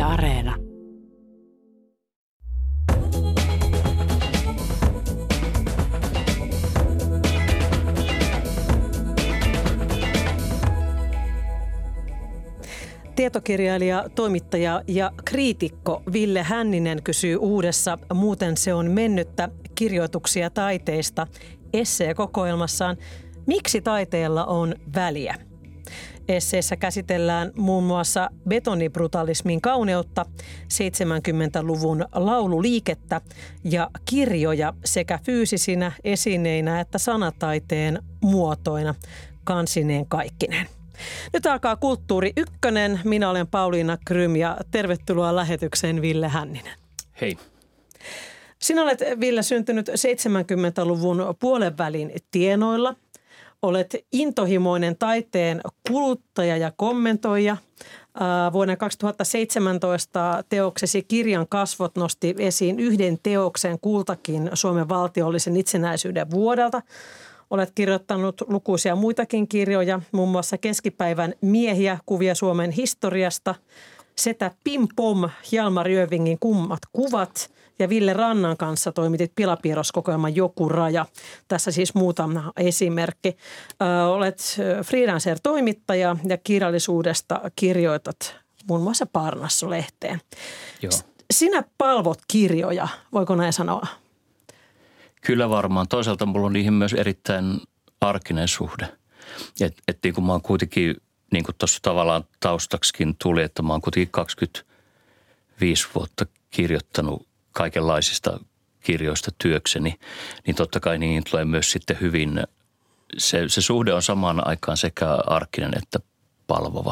Areena. Tietokirjailija, toimittaja ja kriitikko Ville Hänninen kysyy uudessa Muuten se on mennyttä kirjoituksia taiteesta esseekokoelmassaan, miksi taiteella on väliä. Esseessä käsitellään muun muassa betonibrutalismin kauneutta, 70-luvun laululiikettä ja kirjoja sekä fyysisinä esineinä että sanataiteen muotoina kansineen kaikkineen. Nyt alkaa Kulttuuri Ykkönen. Minä olen Pauliina Krym ja tervetuloa lähetykseen Ville Hänninen. Hei. Sinä olet, Ville, syntynyt 70-luvun puolenvälin tienoilla. Olet intohimoinen taiteen kuluttaja ja kommentoija. Vuonna 2017 teoksesi Kirjan kasvot nosti esiin yhden teoksen kultakin Suomen valtiollisen itsenäisyyden vuodelta. Olet kirjoittanut lukuisia muitakin kirjoja, muun muassa Keskipäivän miehiä, kuvia Suomen historiasta, setä Pim Pom, Hjalmar Jövingin kummat kuvat ja Ville Rannan kanssa toimitit Pilapiirros-kokoelman Joku raja. Tässä siis muutama esimerkki. Olet freelancer-toimittaja ja kirjallisuudesta kirjoitat muun muassa Parnassu-lehteen. Joo. Sinä palvot kirjoja, voiko näin sanoa? Kyllä varmaan. Toisaalta mulla on niihin myös erittäin arkinen suhde. Et niin kuin mä oon kuitenkin, niin kuin tuossa tavallaan taustaksikin tuli, että mä oon kuitenkin 25 vuotta kirjoittanut kaikenlaisista kirjoista työkseni, niin totta kai niin tulee myös sitten hyvin, se suhde on samaan aikaan sekä arkinen että palvova.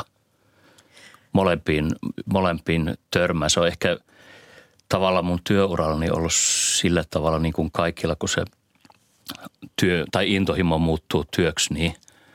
Molempiin törmää. Se on ehkä tavallaan mun työurallani ollut sillä tavalla niin kuin kaikilla, kun se työ tai intohimo muuttuu työksi, niin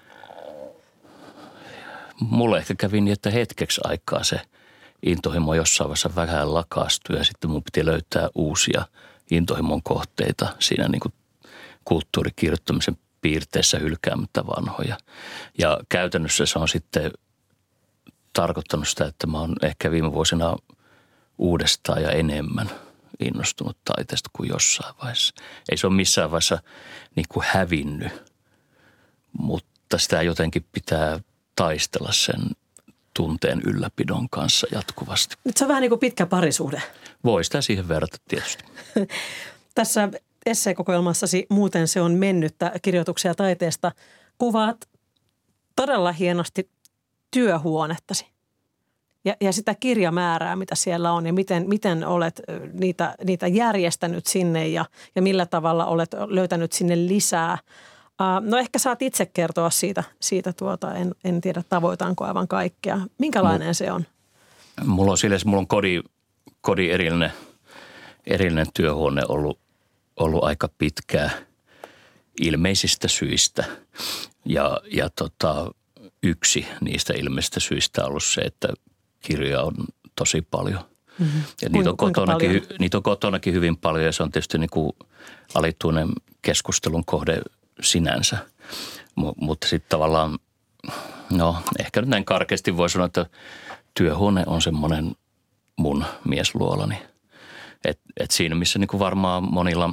mulle ehkä kävi niin, että hetkeksi aikaa se intohimo jossain vaiheessa vähän lakastui ja sitten mun piti löytää uusia intohimon kohteita siinä niin kuin kulttuurikirjoittamisen piirteessä hylkäämättä vanhoja. Ja käytännössä se on sitten tarkoittanut sitä, että mä oon ehkä viime vuosina uudestaan ja enemmän innostunut taiteesta kuin jossain vaiheessa. Ei se ole missään vaiheessa niin kuin hävinnyt, mutta sitä jotenkin pitää taistella sen tunteen ylläpidon kanssa jatkuvasti. Nyt se on vähän niin kuin pitkä parisuhde. Voi sitä siihen verrata tietysti. Tässä esseekokoelmassasi Muuten se on mennyttä kirjoituksia taiteesta kuvaat todella hienosti työhuonettasi. Ja sitä kirjamäärää, mitä siellä on ja miten olet niitä järjestänyt sinne ja millä tavalla olet löytänyt sinne lisää. No ehkä saat itse kertoa siitä en tiedä tavoitanko aivan kaikkea. Minkälainen se on? Mulla on kodin erillinen työhuone ollut aika pitkää ilmeisistä syistä ja yksi niistä ilmeisistä syistä on ollut se, että kirjoja on tosi paljon. Mm-hmm. Ja niitä on kotonakin hyvin paljon ja se on tietysti niin kuin alituinen keskustelun kohde sinänsä. Mutta sitten tavallaan, ehkä nyt näin karkeasti voi sanoa, että työhuone on semmoinen mun miesluolani. Et siinä missä niin kuin varmaan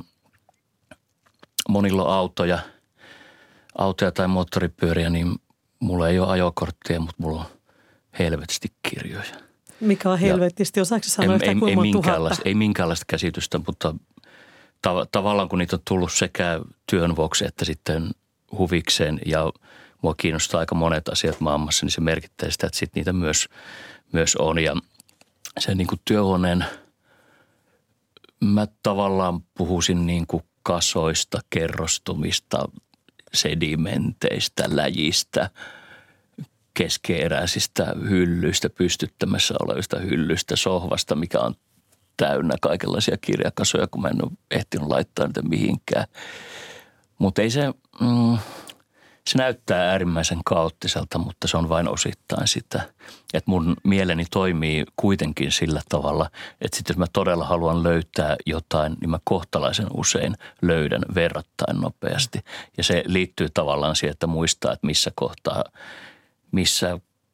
monilla on autoja tai moottoripyöriä, niin mulla ei ole ajokorttia, mutta mulla on helvetisti kirjoja. Mikä on helvetisti? Osaatko sanoa yhtään kuinka tuhatta? Ei minkäänlaista käsitystä, mutta tavallaan kun niitä on tullut sekä työn vuoksi että sitten huvikseen ja mua kiinnostaa aika monet asiat maailmassa, niin se merkittää sitä, että sitten niitä myös on. Ja se niin kuin työhuoneen, mä tavallaan puhuisin niin kuin kasoista, kerrostumista, sedimenteistä, läjistä, keskeeräisistä hyllyistä, pystyttämässä olevista hyllyistä, sohvasta, mikä on täynnä kaikenlaisia kirjakasoja, kun mä en ole ehtinyt laittaa niitä mihinkään. Mutta ei se näyttää äärimmäisen kaoottiselta, mutta se on vain osittain sitä. Että mun mieleni toimii kuitenkin sillä tavalla, että sitten jos mä todella haluan löytää jotain, niin mä kohtalaisen usein löydän verrattain nopeasti. Ja se liittyy tavallaan siihen, että muistaa, että missä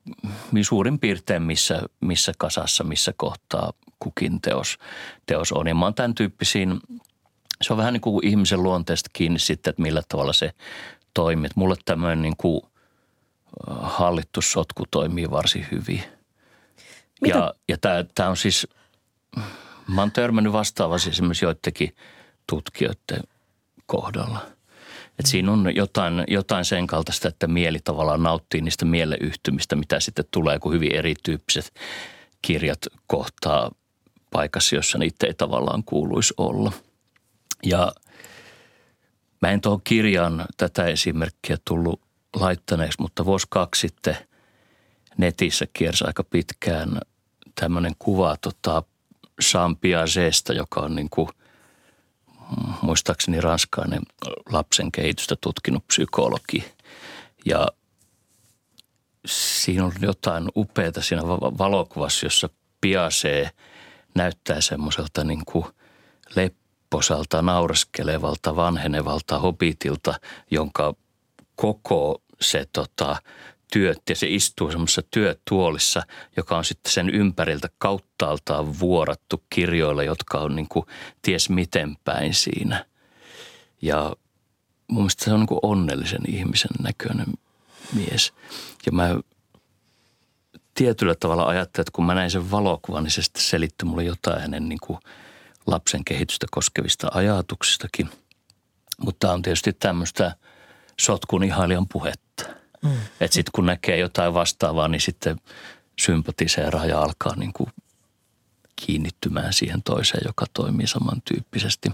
suurin piirtein missä kasassa, missä kohtaa kukin teos on. Ja mä oon tämän tyyppisiin, se on vähän niin kuin ihmisen luonteesta kiinni sitten, että millä tavalla se toimii. Että mulle tämmöinen niin kuin hallittu sotku toimii varsin hyvin. Ja tämä on siis, mä oon törmännyt vastaavasti esimerkiksi joidenkin tutkijoiden kohdalla. Että siinä on jotain sen kaltaista, että mieli tavallaan nauttii niistä mieleyhtymistä, mitä sitten tulee, kun hyvin erityyppiset kirjat kohtaa paikassa, jossa niitä ei tavallaan kuuluisi olla. Ja mä en tuohon kirjaan tätä esimerkkiä tullut laittaneeksi, mutta vuosi 2 sitten netissä kiersi aika pitkään tämmöinen kuva Jean Piagesta, joka on niin kuin muistaakseni ranskalainen lapsen kehitystä tutkinut psykologi. Ja siinä on jotain upeata siinä valokuvassa, jossa Piaget näyttää semmoiselta niin kuin lepposalta, nauraskelevalta, vanhenevalta hobitilta, jonka koko se ja se istuu semmoisessa työtuolissa, joka on sitten sen ympäriltä kauttaaltaan vuorattu kirjoilla, jotka on niin kuin ties miten päin siinä. Ja mun mielestä se on niin kuin onnellisen ihmisen näköinen mies. Ja mä tietyllä tavalla ajattelin, että kun mä näin sen valokuvan, niin se sitten selitti mulle jotain hänen niin kuin lapsen kehitystä koskevista ajatuksistakin. Mutta on tietysti tämmöistä sotkun ihailijan puhetta. Että sitten kun näkee jotain vastaavaa, niin sitten sympatiseeraa ja alkaa niin kuin kiinnittymään siihen toiseen, joka toimii samantyyppisesti.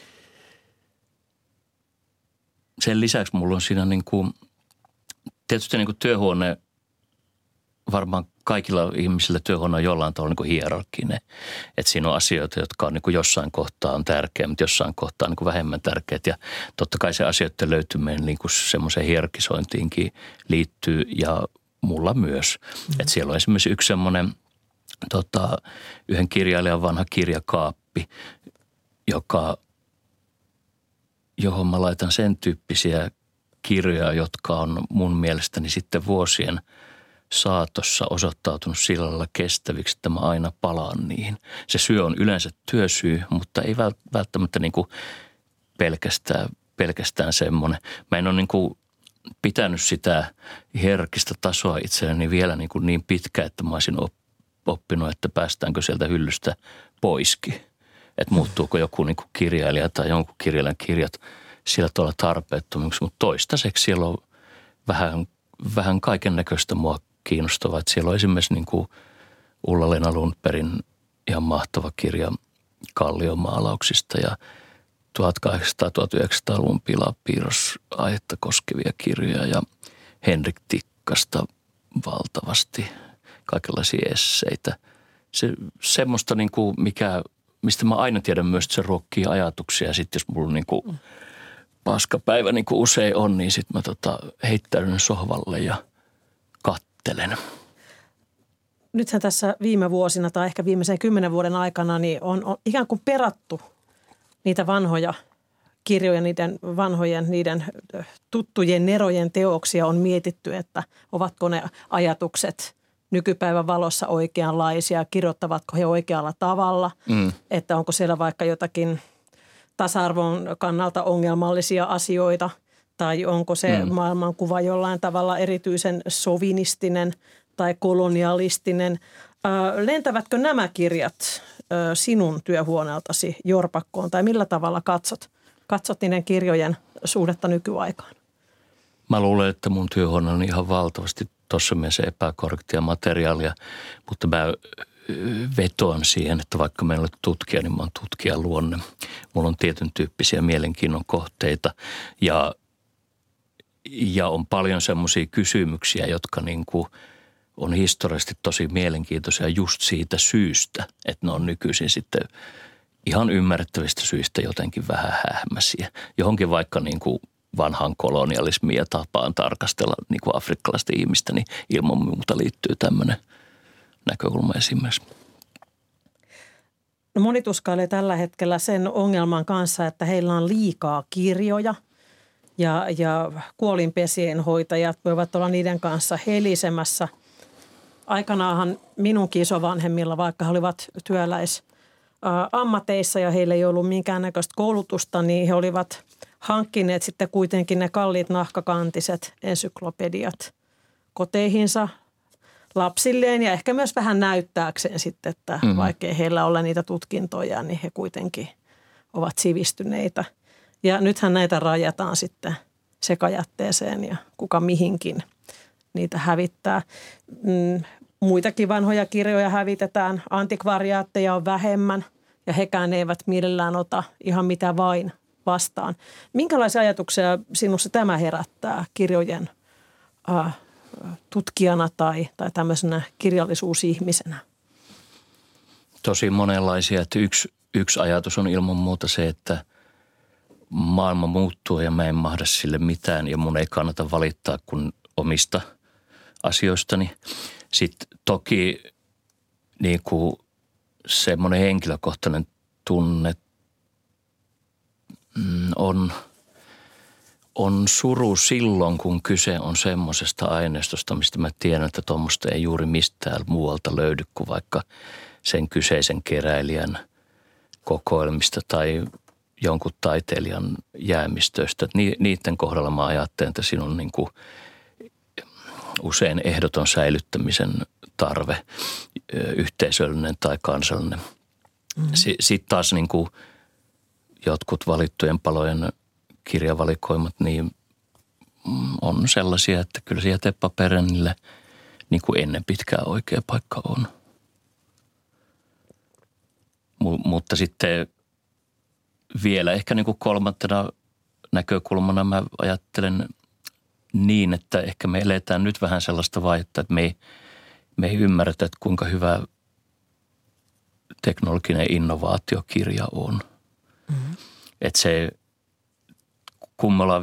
Sen lisäksi mulla on siinä niin kuin, tietysti niin kuin työhuone, varmaan kaikilla ihmisillä työhuone on jollain tavalla niin kuin hierarkkinen. Että siinä on asioita, jotka on niin kuin jossain kohtaa on tärkeä, mutta jossain kohtaa on niin kuin vähemmän tärkeät. Ja totta kai se asioiden löytyminen niin kuin semmoiseen hierarkisointiinkin liittyy ja mulla myös. Että siellä on esimerkiksi yksi semmoinen yhden kirjailijan vanha kirjakaappi, johon mä laitan sen tyyppisiä kirjoja, jotka on mun mielestäni sitten vuosien saatossa osoittautunut sillä lailla kestäviksi, että mä aina palaan niihin. Se syy on yleensä työsyy, mutta ei välttämättä niin kuin pelkästään semmoinen. Mä en ole niin kuin pitänyt sitä herkistä tasoa itselleni vielä niin pitkä, että mä olisin oppinut, että päästäänkö sieltä hyllystä poiskin. Että muuttuuko joku niin kuin kirjailija tai jonkun kirjailijan kirjat sillä tavalla tarpeettomiksi, mutta toistaiseksi siellä on vähän kaiken näköistä mua kiinnostavaa, että siellä on esimerkiksi niin kuin Ulla-Leena Lundbergin ihan mahtava kirja kalliomaalauksista ja 1800-1900-luvun pilapiirrosaihetta koskevia kirjoja ja Henrik Tikkasta valtavasti kaikenlaisia esseitä. Semmoista niin kuin mistä mä aina tiedän myös, että se ruokkii ajatuksia ja sitten jos mulla niin kuin paskapäivä niin kuin usein on, niin sitten mä heittäydyn sohvalle ja kattelen. Nythän tässä viime vuosina tai ehkä viimeisen 10 vuoden aikana niin on ikään kuin perattu niitä vanhoja kirjoja, niiden tuttujen nerojen teoksia on mietitty, että ovatko ne ajatukset nykypäivän valossa oikeanlaisia, kirjoittavatko he oikealla tavalla, että onko siellä vaikka jotakin tasa-arvon kannalta ongelmallisia asioita tai onko se maailmankuva jollain tavalla erityisen sovinistinen tai kolonialistinen. Lentävätkö nämä kirjat sinun työhuoneeltasi jorpakkoon tai millä tavalla katsot niiden kirjojen suhdetta nykyaikaan? Mä luulen, että mun työhuone on ihan valtavasti tuossa mielessä epäkorrektia materiaalia, mutta mä vetoan siihen, että vaikka meillä on tutkija, niin mä oon tutkijan luonne. Mulla on tietyn tyyppisiä mielenkiinnon kohteita ja on paljon semmoisia kysymyksiä, jotka niin kuin on historiallisesti tosi mielenkiintoisia just siitä syystä, että ne on nykyisin sitten ihan ymmärrettävistä syistä jotenkin vähän hähmäisiä. Johonkin vaikka niin kuin vanhaan kolonialismiin ja tapaan tarkastella niin kuin afrikkalaista ihmistä, niin ilman muuta liittyy tämmöinen näkökulma esimerkiksi. No moni tuskailee tällä hetkellä sen ongelman kanssa, että heillä on liikaa kirjoja ja kuolinpesien hoitajat voivat olla niiden kanssa helisemässä Aikanaanhan minunkin isovanhemmilla, vaikka he olivat työläisammateissa ja heillä ei ollut minkäännäköistä koulutusta, niin he olivat hankkineet sitten kuitenkin ne kalliit nahkakantiset ensyklopediat koteihinsa lapsilleen ja ehkä myös vähän näyttääkseen sitten, että vaikkei heillä ole niitä tutkintoja, niin he kuitenkin ovat sivistyneitä. Ja nythän näitä rajataan sitten sekajätteeseen ja kuka mihinkin niitä hävittää. Muitakin vanhoja kirjoja hävitetään, antikvariaatteja on vähemmän ja hekään eivät mielellään ota ihan mitä vain vastaan. Minkälaisia ajatuksia sinussa tämä herättää kirjojen tutkijana tai tämmöisenä kirjallisuusihmisenä? Tosi monenlaisia. Että yksi ajatus on ilman muuta se, että maailma muuttuu ja mä en mahda sille mitään ja mun ei kannata valittaa kuin omista asioistani. Sitten toki niin kuin semmoinen henkilökohtainen tunne on suru silloin, kun kyse on semmoisesta aineistosta, mistä mä tiedän, että tuommoista ei juuri mistään muualta löydy kuin vaikka sen kyseisen keräilijän kokoelmista tai jonkun taiteilijan jäämistöistä. Niiden kohdalla mä ajattelen, että siinä on niin kuin usein ehdoton säilyttämisen tarve, yhteisöllinen tai kansallinen. Sitten taas niin kuin jotkut valittujen palojen kirjavalikoimat niin on sellaisia, että kyllä se jätepaperille niin kuin ennen pitkää oikea paikka on. Mutta sitten vielä ehkä niin kuin kolmantena näkökulmana mä ajattelen niin, että ehkä me eletään nyt vähän sellaista vaihetta, että me ei ymmärretä, että kuinka hyvä teknologinen innovaatiokirja on. Mm-hmm. Että se, kun me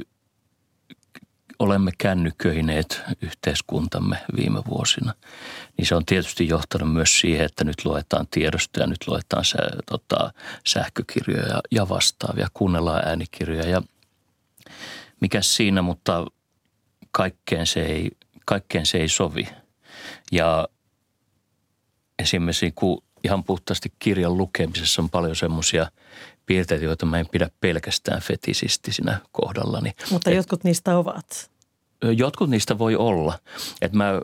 olemme kännyköineet yhteiskuntamme viime vuosina, niin se on tietysti johtanut myös siihen, että nyt luetaan tiedostoja, nyt luetaan sähkökirjoja ja vastaavia, kuunnellaan äänikirjoja ja mikäs siinä, mutta kaikkeen se ei sovi. Ja esimerkiksi kun ihan puhtaasti kirjan lukemisessa on paljon semmoisia piirteitä, joita mä en pidä pelkästään fetisistinä kohdallani. Mutta jotkut niistä ovat. Jotkut niistä voi olla. Että mä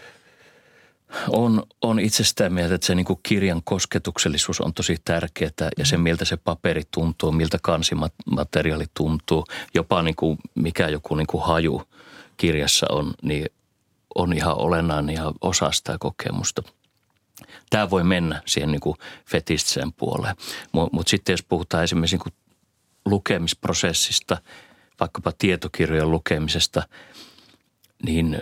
on itse sitä mieltä, että se niin kuin kirjan kosketuksellisuus on tosi tärkeää ja se, miltä se paperi tuntuu, miltä kansimateriaali tuntuu, jopa niin kuin mikä joku niin kuin haju kirjassa on, niin on ihan olennainen ja osa sitä kokemusta. Tämä voi mennä siihen niin kuin fetistiseen puoleen. Mutta sitten jos puhutaan esimerkiksi niin kuin lukemisprosessista, vaikkapa tietokirjojen lukemisesta, niin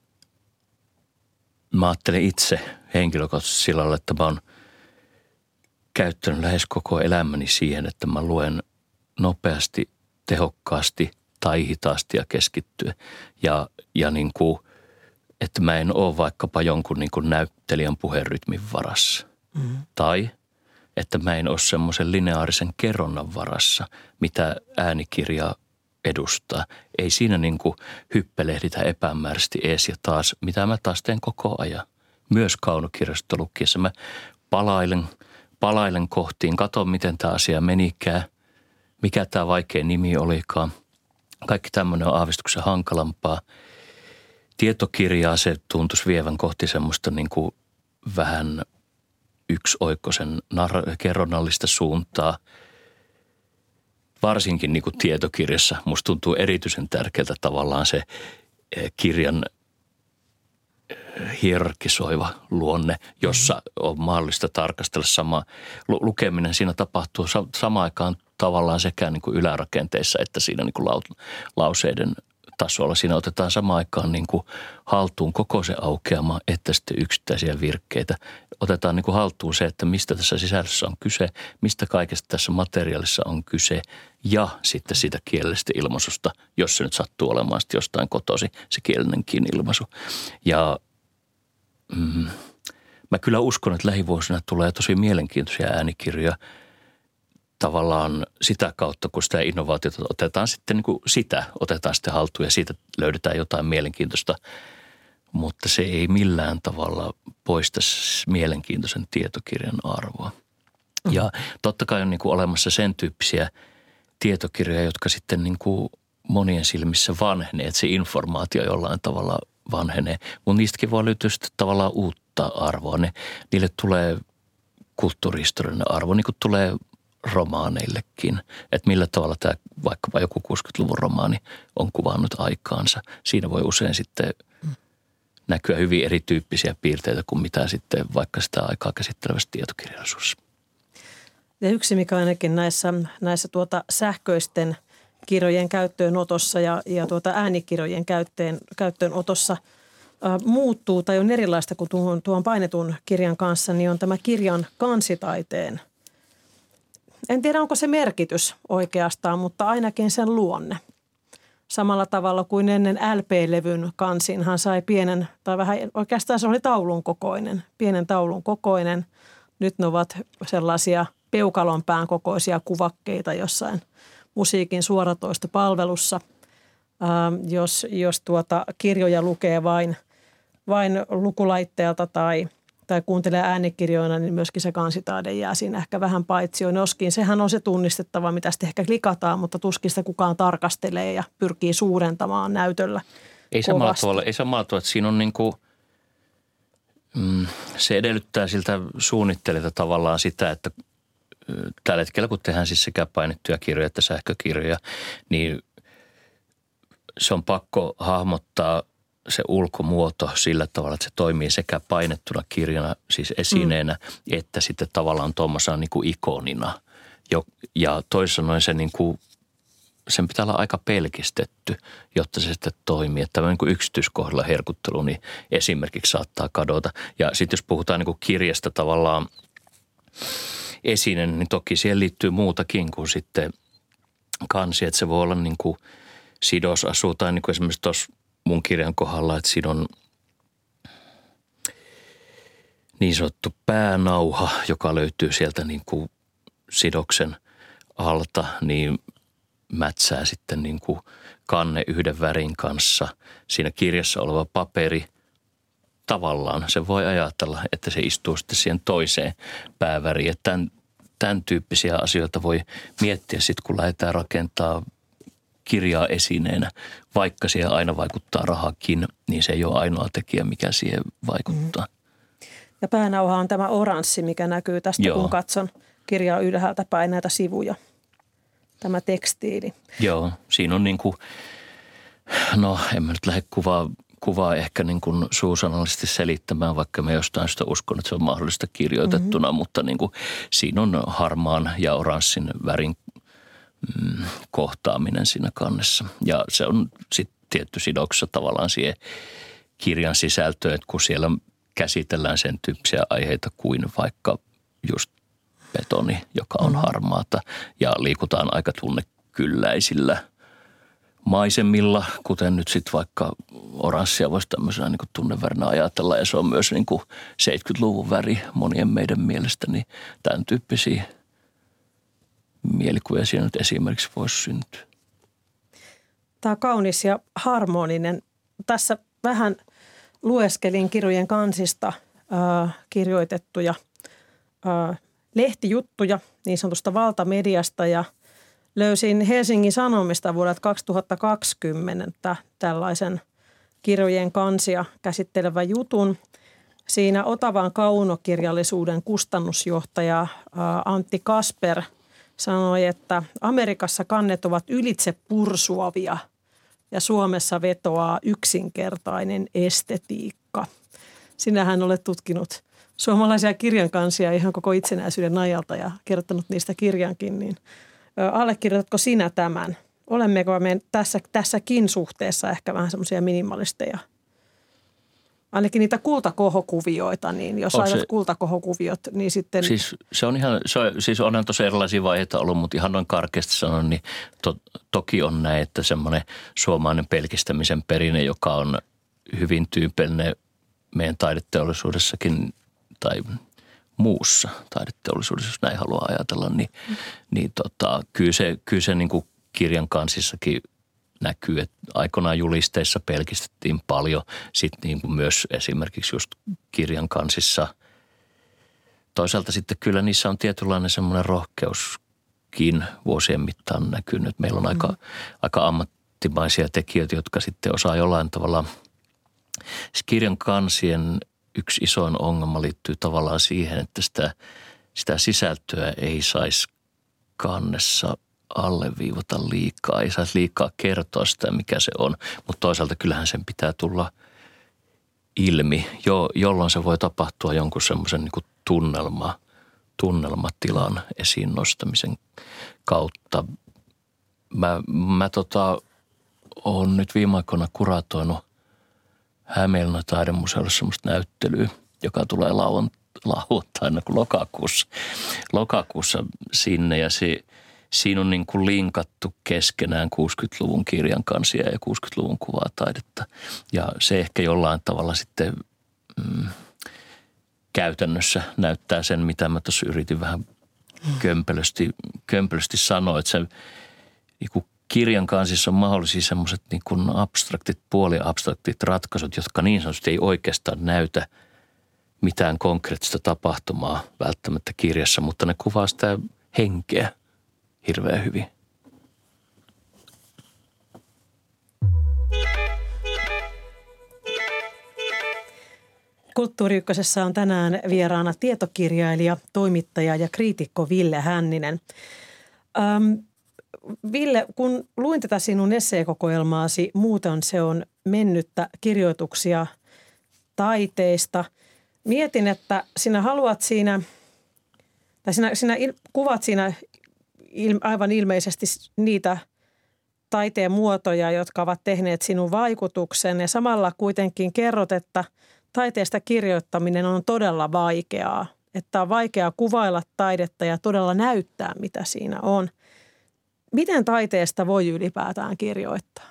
mä ajattelen itse henkilökohtaisesti sillä lailla, että mä oon käyttänyt lähes koko elämäni siihen, että mä luen nopeasti, tehokkaasti tai hitaasti ja keskittyen. Ja niin kuin, että mä en ole vaikkapa jonkun niin kuin näyttelijän puherytmin varassa. Mm-hmm. Tai että mä en ole semmoisen lineaarisen kerronnan varassa, mitä äänikirja edustaa. Ei siinä niin kuin hyppelehditä epämääräisesti ees ja taas, mitä mä taas teen koko ajan. Myös kaunokirjasta lukiessa mä palailen kohtiin, katon miten tämä asia menikään, mikä tämä vaikea nimi olikaan. Kaikki tämmöinen on aavistuksen hankalampaa. Tietokirjaa se tuntuisi vievän kohti semmoista niin kuin vähän yksioikoisen kerronnallista suuntaa. Varsinkin niin kuin tietokirjassa musta tuntuu erityisen tärkeältä tavallaan se kirjan hierarkisoiva luonne, jossa on mahdollista tarkastella sama lukeminen. Siinä tapahtuu samaan aikaan tavallaan sekä niin kuin ylärakenteissa että siinä niin kuin lauseiden tasolla. Siinä otetaan samaan aikaan niin kuin haltuun koko se aukeama, että sitten yksittäisiä virkkeitä. Otetaan niin kuin haltuun se, että mistä tässä sisällössä on kyse, mistä kaikesta tässä materiaalissa on kyse ja sitten siitä kielellisestä ilmaisusta, jos se nyt sattuu olemaan sitten jostain kotosi, se kielinenkin ilmaisu. Ja mä kyllä uskon, että lähivuosina tulee tosi mielenkiintoisia äänikirjoja tavallaan sitä kautta, kun sitä innovaatiota otetaan sitten niin kuin otetaan sitten haltuun ja siitä löydetään jotain mielenkiintoista mutta se ei millään tavalla poista mielenkiintoisen tietokirjan arvoa. Ja totta kai on niin kuin olemassa sen tyyppisiä tietokirjoja, jotka sitten niin kuin monien silmissä vanhenee, että se informaatio jollain tavalla vanhenee. Mutta niistäkin voi löytyä sitten tavallaan uutta arvoa. Niille tulee kulttuurihistoriallinen arvo, niin kuin tulee romaaneillekin. Että millä tavalla tämä vaikkapa joku 60-luvun romaani on kuvannut aikaansa. Siinä voi usein sitten näkyä hyvin erityyppisiä piirteitä kuin mitä sitten vaikka sitä aikaa käsittelevässä tietokirjallisuudessa. Ja yksi, mikä ainakin näissä sähköisten kirjojen käyttöönotossa ja äänikirjojen käyttöönotossa muuttuu tai on erilaista kuin tuon painetun kirjan kanssa, niin on tämä kirjan kansitaiteen. En tiedä, onko se merkitys oikeastaan, mutta ainakin sen luonne. Samalla tavalla kuin ennen LP-levyn kansinhan sai pienen, tai vähän oikeastaan se oli taulun kokoinen, pienen taulun kokoinen. Nyt ne ovat sellaisia peukalonpään kokoisia kuvakkeita jossain musiikin suoratoistopalvelussa. Jos kirjoja lukee vain lukulaitteelta tai kuuntelee äänikirjoina, niin myöskin se kansitaide jää siinä ehkä vähän paitsioon. Joskin sehän on se tunnistettava, mitä sitten ehkä klikataan, mutta tuskin sitä kukaan tarkastelee ja pyrkii suurentamaan näytöllä Ei samalla tavalla, että siinä on niin kuin, se edellyttää siltä suunnittelijalta tavallaan sitä, että tällä hetkellä kun tehdään siis sekä painettuja kirjoja että sähkökirjoja, niin se on pakko hahmottaa se ulkomuoto sillä tavalla, että se toimii sekä painettuna kirjana, siis esineenä, että sitten tavallaan tuommoisena niin kuin ikonina. Ja toisin sanoen se niin kuin, sen pitää olla aika pelkistetty, jotta se sitten toimii. Että niin kuin yksityiskohdalla herkuttelu niin esimerkiksi saattaa kadota. Ja sitten jos puhutaan niin kuin kirjasta tavallaan esinen, niin toki siihen liittyy muutakin kuin sitten kansi. Että se voi olla niin kuin sidosasu tai niin kuin esimerkiksi tuossa mun kirjan kohdalla, että siinä on niin sanottu päänauha, joka löytyy sieltä niin kuin sidoksen alta, niin mätsää sitten niin kuin kanne yhden värin kanssa. Siinä kirjassa oleva paperi, tavallaan se voi ajatella, että se istuu sitten siihen toiseen pääväriin. Että tämän tyyppisiä asioita voi miettiä sitten, kun lähdetään rakentamaan kirjaa esineenä, vaikka siihen aina vaikuttaa rahakin, niin se ei ole ainoa tekijä, mikä siihen vaikuttaa. Ja päänauha on tämä oranssi, mikä näkyy tästä, kun katson kirjaa ylhäältä päin näitä sivuja. Tämä tekstiili. Joo, siinä on niin kuin, no en mä nyt lähde kuvaa ehkä niin kuin suusanallisesti selittämään, vaikka mä jostain sitä uskon, että se on mahdollista kirjoitettuna, mutta niin kuin siinä on harmaan ja oranssin värin kohtaaminen siinä kannessa. Ja se on sitten tietty sidoksessa tavallaan siihen kirjan sisältöön, että kun siellä käsitellään sen tyyppisiä aiheita kuin vaikka just betoni, joka on harmaata ja liikutaan aika tunnekylläisillä maisemilla, kuten nyt sitten vaikka oranssia voisi tämmöisenä niin kuin tunnevärinä ajatella ja se on myös niin kuin 70-luvun väri monien meidän mielestä, niin tämän tyyppisiä mielikuvia siinä nyt esimerkiksi voisi syntyä. Tämä on kaunis ja harmoninen. Tässä vähän lueskelin kirjojen kansista kirjoitettuja lehtijuttuja niin sanotusta valtamediasta ja löysin Helsingin Sanomista vuodelta 2020 tällaisen kirjojen kansia käsittelevän jutun. Siinä Otavan kaunokirjallisuuden kustannusjohtaja Antti Kasper sanoi, että Amerikassa kannet ovat ylitse pursuavia ja Suomessa vetoaa yksinkertainen estetiikka. Sinähän olet tutkinut suomalaisia kirjankansia ihan koko itsenäisyyden ajalta ja kertonut niistä kirjankin, niin allekirjoitatko sinä tämän? Olemmeko me tässäkin suhteessa ehkä vähän semmoisia minimalisteja? Ainakin niitä kultakohokuvioita, niin jos laitat kultakohokuviot, niin sitten... Siis se on ihan, siis onhan tosi erilaisia vaiheita ollut, mutta ihan noin karkeasti sanon, niin toki on näin, että semmoinen suomalainen pelkistämisen perinne, joka on hyvin tyypillinen meidän taideteollisuudessakin tai muussa taideteollisuudessa, jos näin haluaa ajatella, niin kyllä se niin kuin kirjan kansissakin näkyy. Että aikoinaan julisteissa pelkistettiin paljon. Sitten niin kuin myös esimerkiksi just kirjan kansissa. Toisaalta sitten kyllä niissä on tietynlainen semmoinen rohkeuskin vuosien mittaan näkynyt. Meillä on aika ammattimaisia tekijöitä, jotka sitten osaa jollain tavalla. Kirjan kansien yksi isoin ongelma liittyy tavallaan siihen, että sitä sisältöä ei saisi kannessa alleviivata liikaa. Ei saisi liikaa kertoa sitä, mikä se on, mutta toisaalta kyllähän sen pitää tulla ilmi, jolloin se voi tapahtua jonkun semmoisen niin kuin tunnelmatilan esiin nostamisen kautta. Mä oon nyt viime aikoina kuratoinut Hämeenlinnan taidemuseolle semmoista näyttelyä, joka tulee lauantaina kuin lokakuussa sinne ja siinä on niin kuin linkattu keskenään 60-luvun kirjan kansia ja 60-luvun kuvataidetta. Ja se ehkä jollain tavalla sitten käytännössä näyttää sen, mitä mä tuossa yritin vähän kömpelösti sanoa, että se niin kuin kirjan kansissa on mahdollisia semmoiset niin kuin puoliabstraktit ratkaisut, jotka niin sanotusti ei oikeastaan näytä mitään konkreettista tapahtumaa välttämättä kirjassa, mutta ne kuvaa sitä henkeä hirveän hyvin. Kulttuuri Ykkösessä on tänään vieraana tietokirjailija, toimittaja ja kriitikko Ville Hänninen. Ville, kun luin tätä sinun esseekokoelmaasi, muuten se on mennyttä kirjoituksia taiteista. Mietin, että sinä haluat siinä, tai sinä kuvat siinä aivan ilmeisesti niitä taiteen muotoja, jotka ovat tehneet sinun vaikutuksen ja samalla kuitenkin kerrot, että taiteesta kirjoittaminen on todella vaikeaa. Että on vaikeaa kuvailla taidetta ja todella näyttää, mitä siinä on. Miten taiteesta voi ylipäätään kirjoittaa?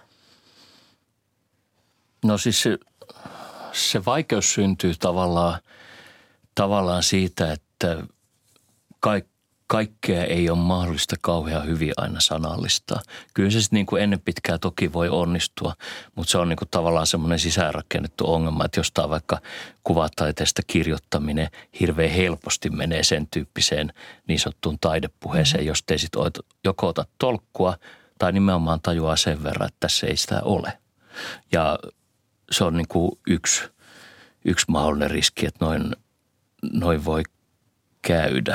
No siis se vaikeus syntyy tavallaan siitä, että kaikkea ei ole mahdollista kauhean hyvin aina sanallistaa. Kyllä se sitten niin kuin ennen pitkää toki voi onnistua, mutta se on niin kuin tavallaan semmoinen sisäänrakennettu ongelma, että jostain vaikka kuvataiteesta kirjoittaminen hirveän helposti menee sen tyyppiseen niin sanottuun taidepuheeseen, jos te sitten joko otat tolkkua tai nimenomaan tajuaa sen verran, että tässä ei sitä ole. Ja se on niin kuin yksi mahdollinen riski, että noin voi käydä.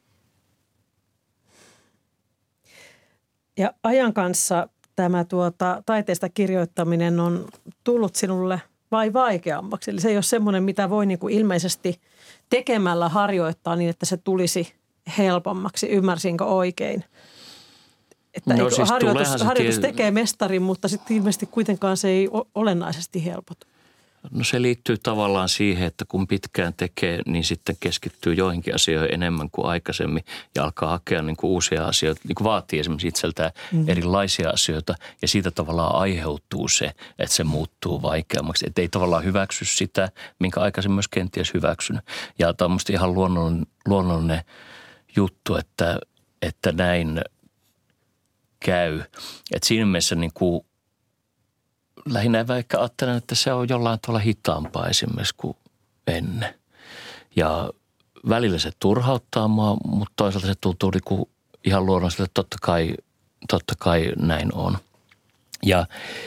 Ja ajan kanssa tämä taiteesta kirjoittaminen on tullut sinulle vai vaikeammaksi? Eli se ei ole semmoinen, mitä voi niin kuin ilmeisesti tekemällä harjoittaa niin, että se tulisi helpommaksi. Ymmärsinkö oikein? Että no, siis harjoitus tekee mestarin, mutta sitten ilmeisesti kuitenkaan se ei olennaisesti helpotu. No se liittyy tavallaan siihen, että kun pitkään tekee, niin sitten keskittyy joihinkin asioihin enemmän kuin aikaisemmin ja alkaa hakea niin kuin uusia asioita, niin kuin vaatii esimerkiksi itseltään erilaisia asioita ja siitä tavallaan aiheutuu se, että se muuttuu vaikeammaksi. Että ei tavallaan hyväksy sitä, minkä aikaisemmin myös kenties hyväksynyt. Ja tämä on musta ihan luonnollinen juttu, että näin käy. Että siinä mielessä niin kuin lähinnä vaikka ajattelen, että se on jollain tavalla hitaampaa esimerkiksi kuin ennen. Ja välillä se turhauttaa mua, mutta toisaalta se tuntuu niin kuin ihan luonnollisesti, että totta kai näin on. Ja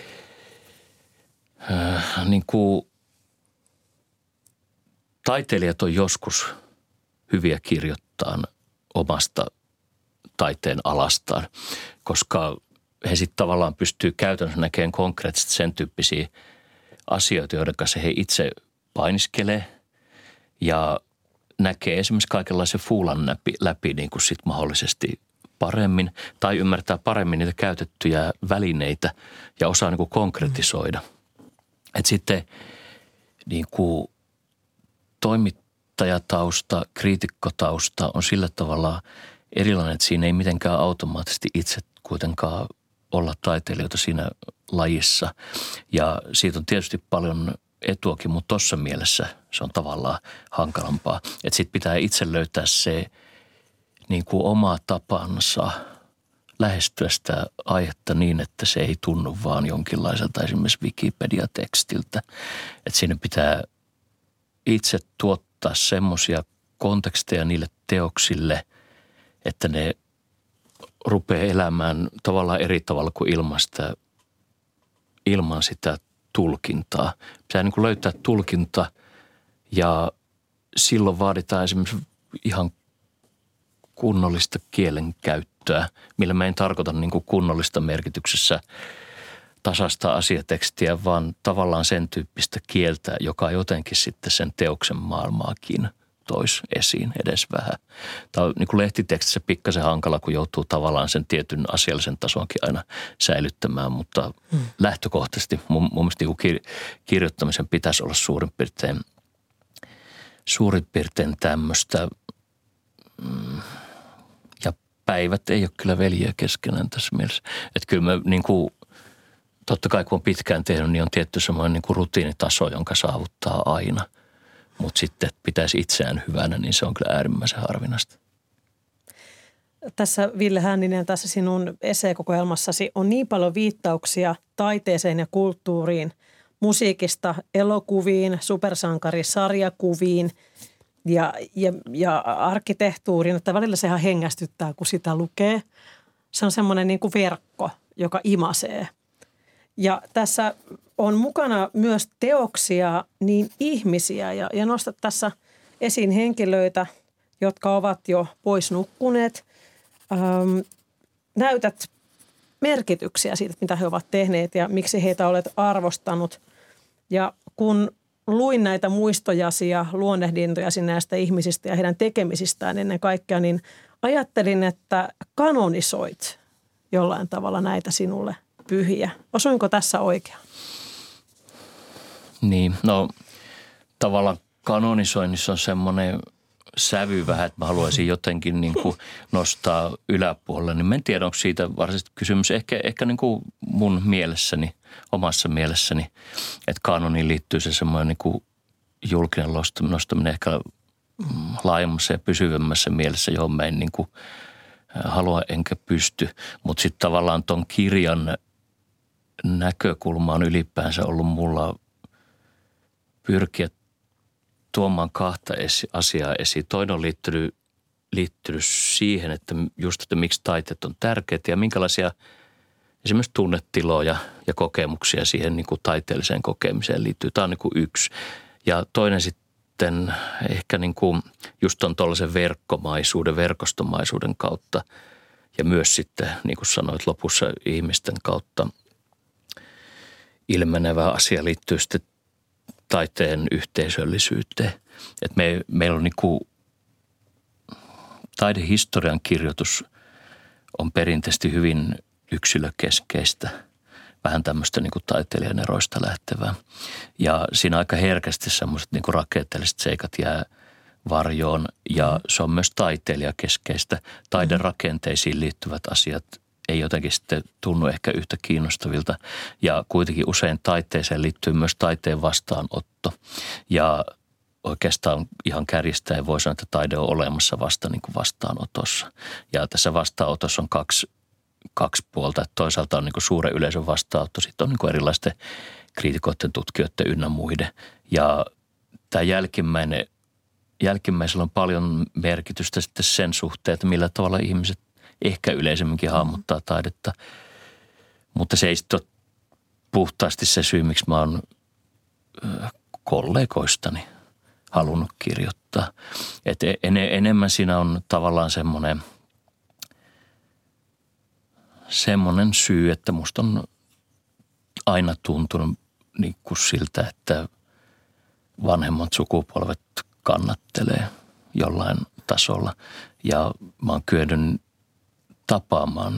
niin kuin taiteilijat on joskus hyviä kirjoittaa omasta taiteen alastaan, koska he sitten tavallaan pystyy käytännössä näkemään konkreettisesti sen tyyppisiä asioita, joiden kanssa he itse painiskelee ja näkee esimerkiksi kaikenlaisen fuulan läpi niin kuin sit mahdollisesti paremmin tai ymmärtää paremmin niitä käytettyjä välineitä ja osaa niin kuin konkretisoida. Että sitten niin kuin toimittajatausta, kriitikkotausta on sillä tavalla erilainen, että siinä ei mitenkään automaattisesti itse kuitenkaan olla taiteilijoita siinä lajissa. Ja siitä on tietysti paljon etuakin, mutta tuossa mielessä se on tavallaan hankalampaa. Että sitten pitää itse löytää se niin kuin oma tapansa lähestyä sitä aihetta niin, että se ei tunnu vaan jonkinlaiselta esimerkiksi Wikipedia-tekstiltä. Että siinä pitää itse tuottaa semmoisia konteksteja niille teoksille, että ne rupeaa elämään tavallaan eri tavalla kuin ilman sitä tulkintaa. Pitää niin kuin löytää tulkinta ja silloin vaaditaan esimerkiksi ihan kunnollista kielenkäyttöä, millä mä en tarkoita niin kuin kunnollista merkityksessä tasasta asiatekstiä, vaan tavallaan sen tyyppistä kieltä, joka jotenkin sitten sen teoksen maailmaakin toisi esiin edes vähän. Tämä on niin kuin lehtitekstissä pikkasen hankala, kun joutuu tavallaan sen tietyn asiallisen tasonkin aina säilyttämään, mutta lähtökohtaisesti mun mielestä niin kirjoittamisen pitäisi olla suurin piirtein tämmöistä. Ja päivät ei ole kyllä veljiä keskenään tässä mielessä. Että kyllä mä niin kuin, totta kai kun on pitkään tehnyt, niin on tietty semmoinen niin kuin rutiinitaso, jonka saavuttaa aina. Mutta sitten, että pitäisi itseään hyvänä, niin se on kyllä äärimmäisen harvinaista. Tässä Ville Hänninen, tässä sinun esseekokoelmassasi on niin paljon viittauksia taiteeseen ja kulttuuriin, musiikista elokuviin, supersankarisarjakuviin ja arkkitehtuuriin, että välillä se ihan hengästyttää, kun sitä lukee. Se on semmoinen niin kuin verkko, joka imasee. Ja tässä on mukana myös teoksia, niin ihmisiä ja nostat tässä esiin henkilöitä, jotka ovat jo pois nukkuneet. Näytät merkityksiä siitä, mitä he ovat tehneet ja miksi heitä olet arvostanut. Ja kun luin näitä muistojasi ja luonnehdintojasi näistä ihmisistä ja heidän tekemisistään ennen kaikkea, niin ajattelin, että kanonisoit jollain tavalla näitä sinulle pyhiä. Osuinko tässä oikein? Niin, no tavallaan kanonisoinnissa on semmoinen sävy vähän, että mä haluaisin jotenkin niin kuin nostaa yläpuolelle. Niin mä en tiedä, onko siitä varsinaisesti kysymys. Ehkä niin kuin mun mielessäni, omassa mielessäni, että kanoniin liittyy se semmoinen niin kuin julkinen nostaminen ehkä laajemmassa ja pysyvämmässä mielessä, johon mä en niin kuin halua enkä pysty. Mutta sitten tavallaan ton kirjan näkökulma on ylipäänsä ollut mulla pyrkiä tuomaan kahta asiaa esiin. Toinen on liittynyt siihen, että just, että miksi taiteet on tärkeitä ja minkälaisia esimerkiksi tunnetiloja ja kokemuksia siihen niin kuin taiteelliseen kokemiseen liittyy. Tämä on niin kuin yksi. Ja toinen sitten ehkä niin kuin just on tuollaisen verkostomaisuuden kautta ja myös sitten, niin kuin sanoit lopussa, ihmisten kautta ilmenevä asia liittyy sitten taiteen yhteisöllisyyteen. Että meillä on niin kuin taidehistorian kirjoitus on perinteisesti hyvin yksilökeskeistä, vähän tämmöistä niin kuin taiteilijan eroista lähtevää. Ja siinä aika herkästi semmoiset niin kuin rakenteelliset seikat jää varjoon ja se on myös taiteilijakeskeistä. Taiderakenteisiin liittyvät asiat ei jotenkin sitten tunnu ehkä yhtä kiinnostavilta ja kuitenkin usein taiteeseen liittyy myös taiteen vastaanotto ja oikeastaan ihan kärjistäen voi sanoa, että taide on olemassa vasta niin kuin vastaanotossa ja tässä vastaanotossa on kaksi puolta, että toisaalta on niin kuin suuren yleisön vastaanotto, sitten on niin kuin erilaisten kriitikoiden, tutkijoiden ynnä muiden ja tämä jälkimmäisellä on paljon merkitystä sitten sen suhteen, että millä tavalla ihmiset ehkä yleisemminkin hahmottaa taidetta, mutta se ei sitten ole puhtaasti se syy, miksi mä oon kollegoistani halunnut kirjoittaa. Että enemmän siinä on tavallaan semmoinen syy, että musta on aina tuntunut niin kuin siltä, että vanhemmat sukupolvet kannattelee jollain tasolla ja mä oon kyennyt tapaamaan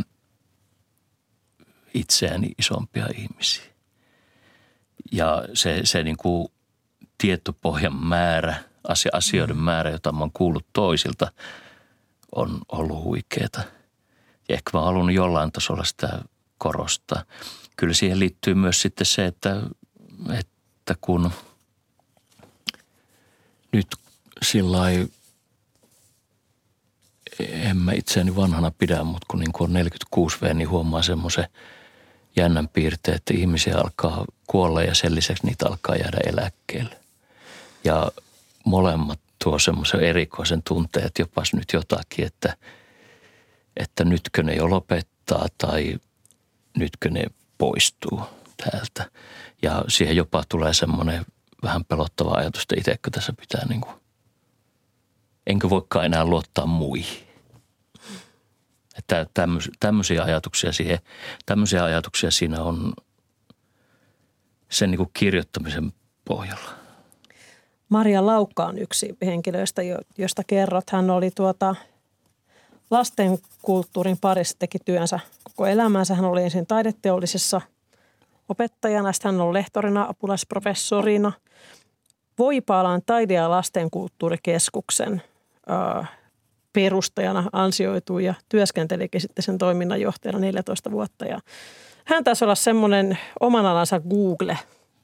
itseäni isompia ihmisiä. Ja se niin kuin tietopohjan määrä, asioiden määrä, jota mä oon kuullut toisilta, on ollut huikeeta. Ja ehkä mä oon halunnut jollain tasolla sitä korostaa. Kyllä siihen liittyy myös sitten se, että kun nyt sillai en mä itseäni vanhana pidä, mutta kun niin kuin on 46V, niin huomaa semmoisen jännän piirteen, että ihmisiä alkaa kuolla ja sen lisäksi niitä alkaa jäädä eläkkeelle. Ja molemmat tuo semmoisen erikoisen tunteen, että jopas nyt jotakin, että nytkö ne jo lopettaa tai nytkö ne poistuu täältä. Ja siihen jopa tulee semmoinen vähän pelottava ajatus, että itsekö tässä pitää niin kuin, enkö voikaan enää luottaa muihin. Että tämmöisiä ajatuksia siinä on sen niin kuin kirjoittamisen pohjalla. Maria Laukka on yksi henkilöistä, josta kerrot. Hän oli lastenkulttuurin parissa, teki työnsä koko elämänsä. Hän oli ensin taideteollisessa opettajana, sitten hän on lehtorina, apulaisprofessorina. Voipaalan taide- ja lastenkulttuurikeskuksen perustajana ansioitui ja työskentelikin sitten sen toiminnanjohtajana 14 vuotta. Ja hän taisi olla semmoinen oman alansa Google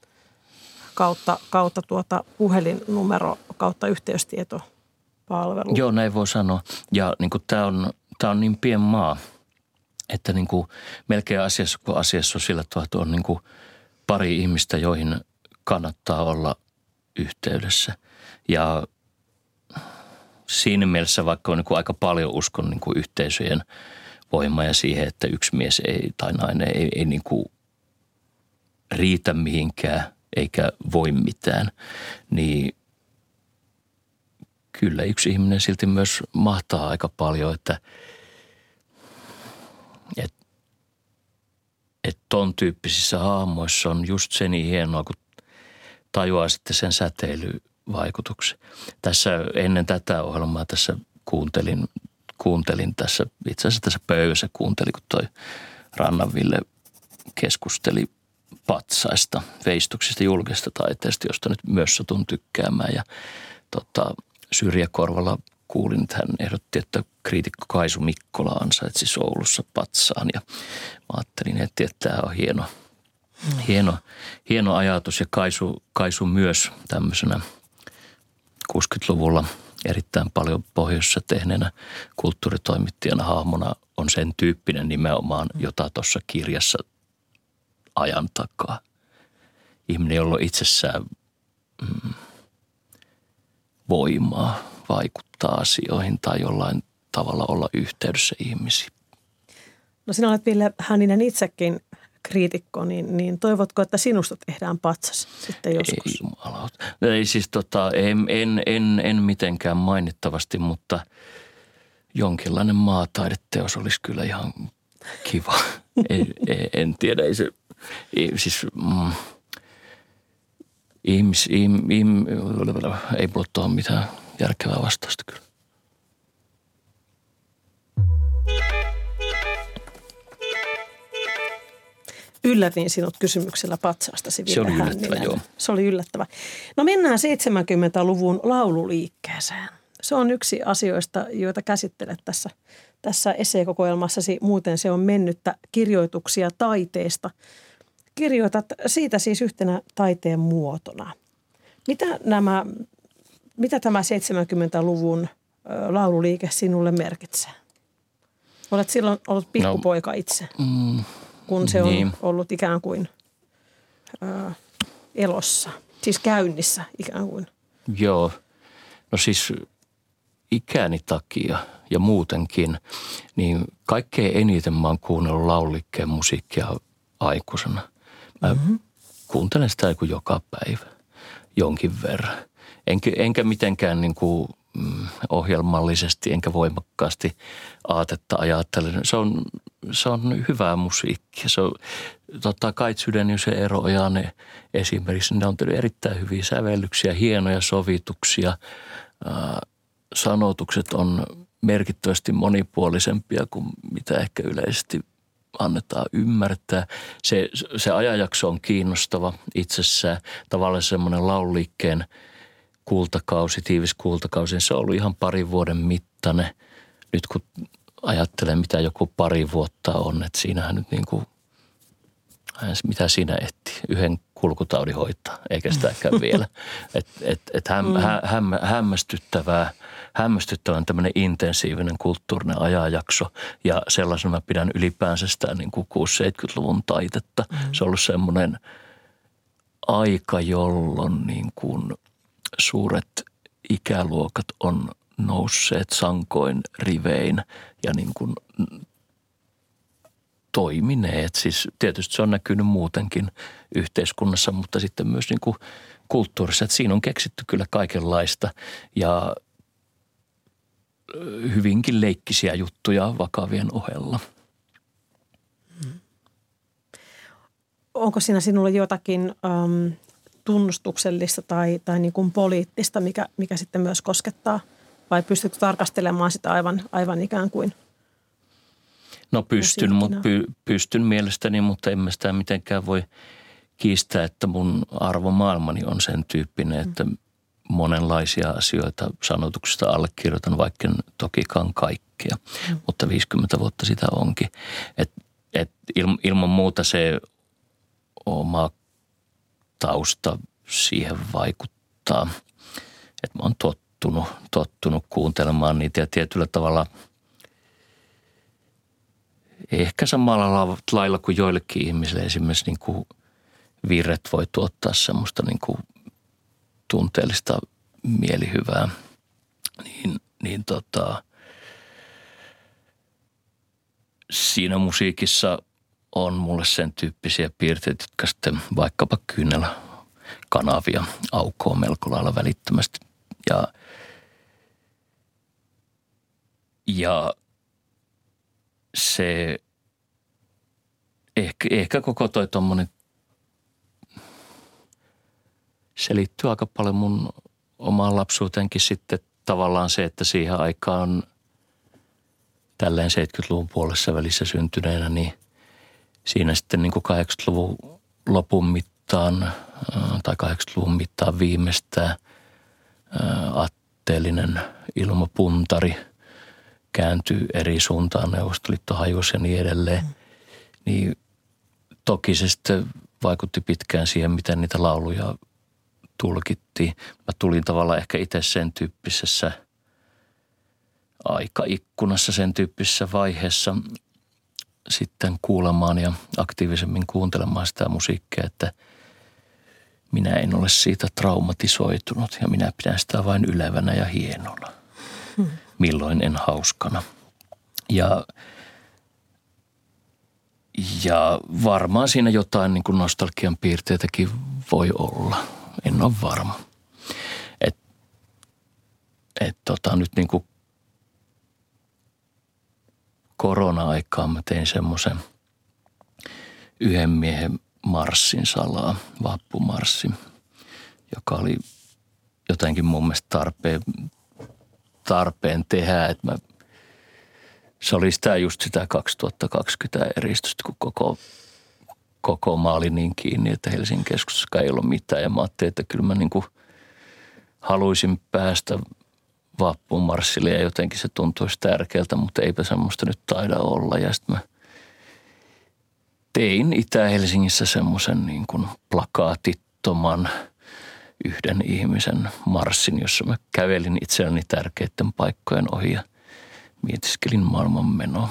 kautta puhelinnumero kautta yhteystietopalvelu. Joo, näin voi sanoa. Ja niin kuin tämä on niin pieni maa, että niin kuin melkein asiassa on sillä tavalla, että on niin kuin pari ihmistä, joihin kannattaa olla yhteydessä. Ja siinä mielessä vaikka on niin kuin aika paljon uskon niin kuin yhteisöjen voimaa ja siihen, että yksi mies tai nainen ei niin kuin riitä mihinkään eikä voi mitään, niin kyllä yksi ihminen silti myös mahtaa aika paljon, että ton tyyppisissä hahmoissa on just se niin hienoa, kun tajuaa sitten sen säteilyvaikutuksen. Tässä ennen tätä ohjelmaa tässä kuuntelin tässä, itse asiassa tässä pöydässä kuuntelin, kun toi Rannanville keskusteli patsaista, veistoksista, julkisesta taiteesta, josta nyt myös satun tykkäämään. Ja Syrjäkorvalla kuulin, että hän ehdotti, että kriitikko Kaisu Mikkola ansaitsi Oulussa patsaan. Ja mä ajattelin heti, että tämä on hieno ajatus. Ja Kaisu myös tämmöisenä 60-luvulla erittäin paljon pohjoissa tehneenä kulttuuritoimittajana hahmona on sen tyyppinen nimenomaan, jota tuossa kirjassa ajan takaa. Ihminen, jolla on itsessään voimaa vaikuttaa asioihin tai jollain tavalla olla yhteydessä ihmisiin. No sinä olet Ville Hänninen itsekin kriitikko, niin toivotko, että sinusta tehdään patsas sitten joskus? Ei siis en mitenkään mainittavasti, mutta jonkinlainen maataideteos olisi kyllä ihan kiva. En tiedä, ei mulla ole mitään järkevää vastausta kyllä. Yllätin sinut kysymyksellä patsaastasi, Ville Hänninen. Se oli yllättävä, joo. Se oli yllättävä. No mennään 70-luvun laululiikkeeseen. Se on yksi asioista, joita käsittelet tässä esseekokoelmassasi. Muuten se on mennyttä kirjoituksia taiteesta. Kirjoitat siitä siis yhtenä taiteen muotona. Mitä tämä 70-luvun laululiike sinulle merkitsee? Olet silloin ollut pikkupoika itse, kun se on ollut ikään kuin elossa, siis käynnissä ikään kuin. Joo, no siis ikäni takia ja muutenkin, niin kaikkein eniten mä oon kuunnellut laululiikkeen musiikkia aikuisena. Mä kuuntelen sitä joku joka päivä jonkin verran. Enkä mitenkään niin kuin ohjelmallisesti enkä voimakkaasti aatetta ajattelen. Se on hyvää musiikkia. Se on Kait Sydenius ja Eero Ojanen esimerkiksi. Ne on tehnyt erittäin hyviä sävellyksiä, hienoja sovituksia. Sanotukset on merkittävästi monipuolisempia kuin mitä ehkä yleisesti annetaan ymmärtää. Se ajanjakso on kiinnostava itsessään. Tavallaan semmoinen laululiikkeen kultakausi, tiivis kultakausi, se on ollut ihan parin vuoden mittainen. Nyt kun ajattelen, mitä joku pari vuotta on, että siinähän nyt niin kuin, mitä siinä ehtii, 1 kulkutaudin hoitaa, eikä sitäkään vielä. Hämmästyttävän tämmöinen intensiivinen kulttuurinen ajanjakso ja sellaisena mä pidän ylipäänsä sitä niin kuin 60-70-luvun taitetta. Se on ollut semmoinen aika, jolloin niin kuin suuret ikäluokat on nousseet sankoin rivein ja niin kuin toimineet. Siis tietysti se on näkynyt muutenkin yhteiskunnassa, mutta sitten myös niin kuin kulttuurissa. Että siinä on keksitty kyllä kaikenlaista ja hyvinkin leikkisiä juttuja vakavien ohella. Onko siinä sinulla jotakin tunnustuksellista tai niin kuin poliittista, mikä sitten myös koskettaa? Vai pystytkö tarkastelemaan sitä aivan ikään kuin? No pystyn mielestäni, mutta en mä sitä mitenkään voi kiistää, että mun arvomaailmani on sen tyyppinen, että monenlaisia asioita sanotuksista allekirjoitan, vaikka tokikaan kaikkea, mutta 50 vuotta sitä onkin. Ilman muuta se oma tausta siihen vaikuttaa, että mä oon tottunut kuuntelemaan niitä ja tietyllä tavalla ehkä samalla lailla kuin joillekin ihmisille esimerkiksi niin kuin virret voi tuottaa semmoista niin kuin tunteellista mielihyvää, niin siinä musiikissa on mulle sen tyyppisiä piirteitä, jotka sitten vaikkapa kyynelkanavia aukoo melko lailla välittömästi. Ja se ehkä koko toi tommonen, se liittyy aika paljon mun omaan lapsuuteenkin sitten tavallaan se, että siihen aikaan tälleen 70-luvun puolessa välissä syntyneenä, niin siinä sitten niin kuin 80-luvun lopun mittaan tai 80-luvun mittaan viimeistään aatteellinen ilmapuntari kääntyy eri suuntaan, Neuvostoliitto hajosi ja niin edelleen. Niin toki se sitten vaikutti pitkään siihen, miten niitä lauluja tulkittiin. Mä tulin tavallaan ehkä itse sen tyyppisessä aikaikkunassa, sen tyyppisessä vaiheessa sitten kuulemaan ja aktiivisemmin kuuntelemaan sitä musiikkia, että minä en ole siitä traumatisoitunut ja minä pidän sitä vain ylevänä ja hienona. Milloin en hauskana. Ja varmaan siinä jotain niin kuin nostalgian piirteitäkin voi olla. En ole varma. Nyt niin kuin korona-aikaan mä tein semmoisen yhden miehen marssin salaa, vappumarssin, joka oli jotenkin mun mielestä tarpeen tehdä, että se oli just sitä 2020 eristystä, kun koko maa oli niin kiinni, että Helsingin keskustassa ei ollut mitään. Ja mä ajattelin, että kyllä mä niin kuin haluaisin päästä vappumarssille ja jotenkin se tuntuisi tärkeältä, mutta eipä semmoista nyt taida olla. Ja sitten mä tein Itä-Helsingissä semmoisen niin kuin plakaatittoman yhden ihmisen marssin, jossa mä kävelin itselleni tärkeiden paikkojen ohi ja mietiskelin maailmanmenoa.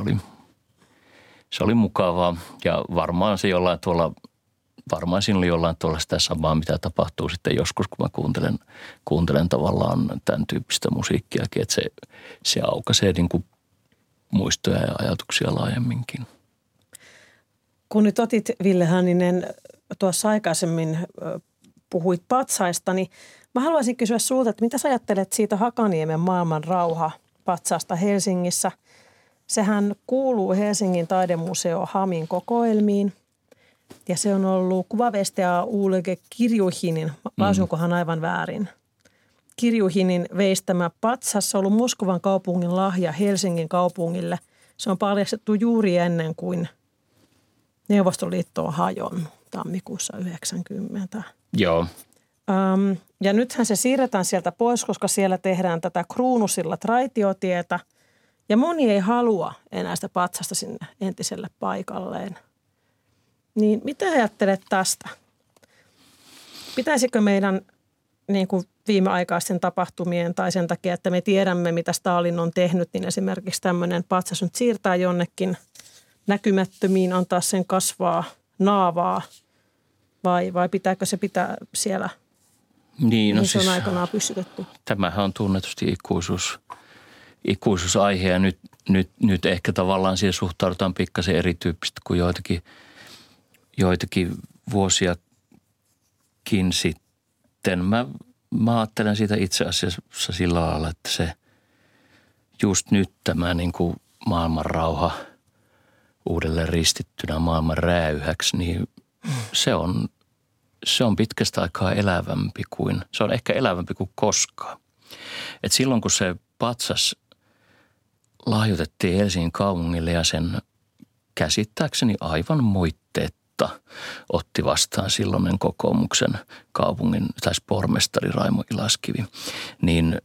Se oli mukavaa ja varmaan siinä oli jollain tuolla sitä samaa, mitä tapahtuu sitten joskus, kun mä kuuntelen tavallaan tämän tyyppistä musiikkiakin, että se aukaisee niin kuin muistoja ja ajatuksia laajemminkin. Kun nyt otit, Ville Hänninen, tuossa aikaisemmin puhuit patsaista, niin mä haluaisin kysyä sulta, että mitä sä ajattelet siitä Hakaniemen maailman rauha patsaasta Helsingissä? Sehän kuuluu Helsingin taidemuseo Hamin kokoelmiin ja se on ollut Kuvavestea Ulge Kirjuhinin, lausunkohan aivan väärin. Kirjuhinin veistämä patsas on ollut Moskovan kaupungin lahja Helsingin kaupungille. Se on paljastettu juuri ennen kuin Neuvostoliitto on hajonnut tammikuussa 90. Joo. Ja nythän se siirretään sieltä pois, koska siellä tehdään tätä Kruunusillat raitiotietä. Ja moni ei halua enää sitä patsasta sinne entiselle paikalleen. Niin mitä ajattelet tästä? Pitäisikö meidän niin kuin viimeaikaisten tapahtumien tai sen takia, että me tiedämme, mitä Stalin on tehnyt, niin esimerkiksi tämmöinen patsas nyt siirtää jonnekin näkymättömiin, antaa sen kasvaa naavaa vai pitääkö se pitää siellä, niin, no se on siis, aikanaan pystytetty? Tämähän on tunnetusti ikuisuusaihe ja nyt ehkä tavallaan siihen suhtaudutaan pikkasen erityyppisesti kuin joitakin vuosiakin sitten. Mä ajattelen siitä itse asiassa sillä lailla, että se just nyt tämä niin kuin maailman rauha uudelleen ristittynä maailman räyhäksi, niin se on pitkästä aikaa elävämpi kuin, se on ehkä elävämpi kuin koskaan. Et silloin kun se patsas lahjoitettiin Helsingin kaupungille ja sen käsittääkseni aivan moitteetta otti vastaan silloinen kokoomuksen kaupungin tai pormestari Raimo Ilaskivi, niin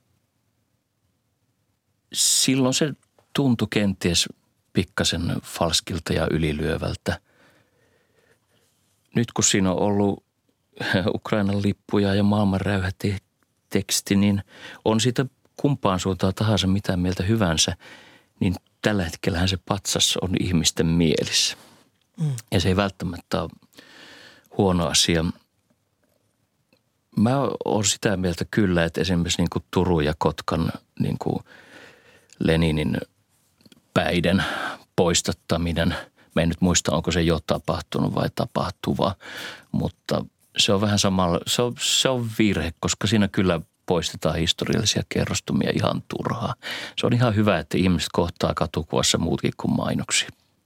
silloin se tuntui kenties pikkasen falskilta ja ylilyövältä. Nyt kun siinä on ollut Ukrainan lippuja ja maailman räyhäteksti, niin on siitä kumpaan suuntaan tahansa mitä mieltä hyvänsä, niin tällä hetkellähän se patsas on ihmisten mielissä. Ja se ei välttämättä ole huono asia. Mä oon sitä mieltä kyllä, että esimerkiksi niin kuin Turun ja Kotkan niin kuin Leninin päiden poistattaminen, mä en nyt muista, onko se jo tapahtunut vai tapahtuva, mutta se on vähän samalla, se on virhe, koska siinä kyllä poistetaan historiallisia kerrostumia ihan turhaa. Se on ihan hyvä, että ihmiset kohtaa katukuvassa muutkin kuin mainoksia.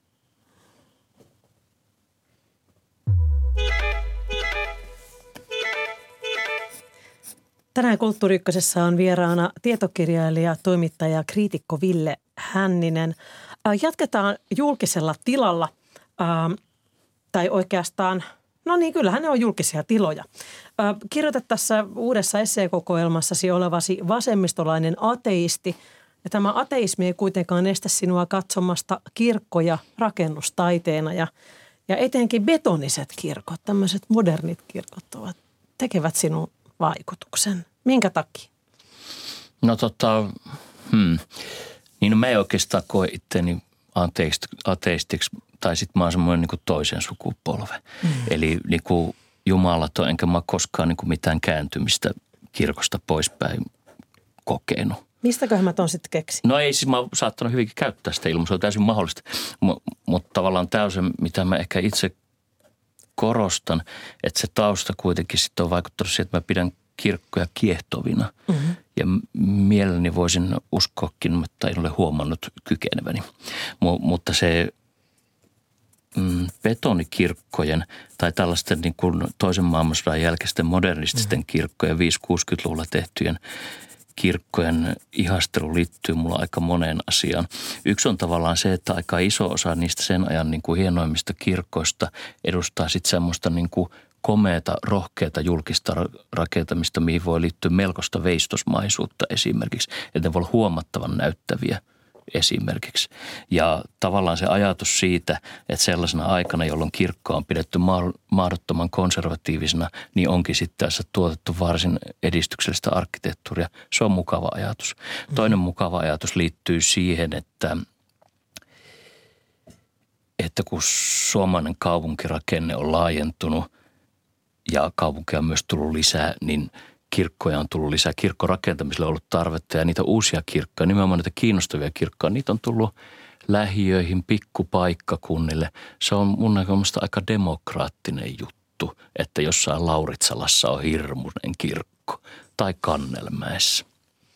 Tänään Kulttuuri Ykkösessä on vieraana tietokirjailija, toimittaja, kriitikko Ville Hänninen. Jatketaan julkisella tilalla, tai oikeastaan, no niin, kyllähän ne on julkisia tiloja. Kirjoita tässä uudessa esseekokoelmassasi olevasi vasemmistolainen ateisti. Ja tämä ateismi ei kuitenkaan estä sinua katsomasta kirkkoja rakennustaiteena. Ja etenkin betoniset kirkot, tämmöiset modernit kirkot tekevät sinun vaikutuksen. Minkä takia? No niin mä en oikeastaan koe itteni ateistiksi, tai sitten mä oon semmoinen niin kuin toisen sukupolven. Eli niin kuin jumalaton, enkä mä koskaan niin kuin mitään kääntymistä kirkosta poispäin kokenut. Mistäköhän mä ton sitten keksin? No ei, siis mä oon saattanut hyvinkin käyttää sitä ilman, se on täysin mahdollista. Mutta tavallaan tämä on se, mitä mä ehkä itse korostan, että se tausta kuitenkin sitten on vaikuttanut siihen, että mä pidän kirkkoja kiehtovina. Ja mielelläni voisin uskoakin, mutta en ole huomannut kykeneväni. Mutta se betonikirkkojen tai tällaisten niin kuin toisen maailmansodan jälkeisten modernististen kirkkojen 5-60-luvulla tehtyjen kirkkojen ihastelu liittyy mulla aika moneen asiaan. Yksi on tavallaan se, että aika iso osa niistä sen ajan niin kuin hienoimmista kirkoista edustaa sitten semmoista niin kuin komeata, rohkeata julkista rakentamista, mihin voi liittyä melkoista veistosmaisuutta esimerkiksi, että ne voi olla huomattavan näyttäviä esimerkiksi. Ja tavallaan se ajatus siitä, että sellaisena aikana, jolloin kirkkoa on pidetty mahdottoman konservatiivisena, niin onkin sitten tässä tuotettu varsin edistyksellistä arkkitehtuuria. Se on mukava ajatus. Toinen mukava ajatus liittyy siihen, että kun suomalainen kaupunkirakenne on laajentunut ja kaupunkia on myös tullut lisää, niin kirkkoja on tullut lisää. Kirkkorakentamiselle on ollut tarvetta ja niitä uusia kirkkoja, nimenomaan niitä kiinnostavia kirkkoja, niitä on tullut lähiöihin, pikkupaikkakunnille. Se on mun näkökulmasta aika demokraattinen juttu, että jossain Lauritsalassa on hirmuinen kirkko tai Kannelmäessä.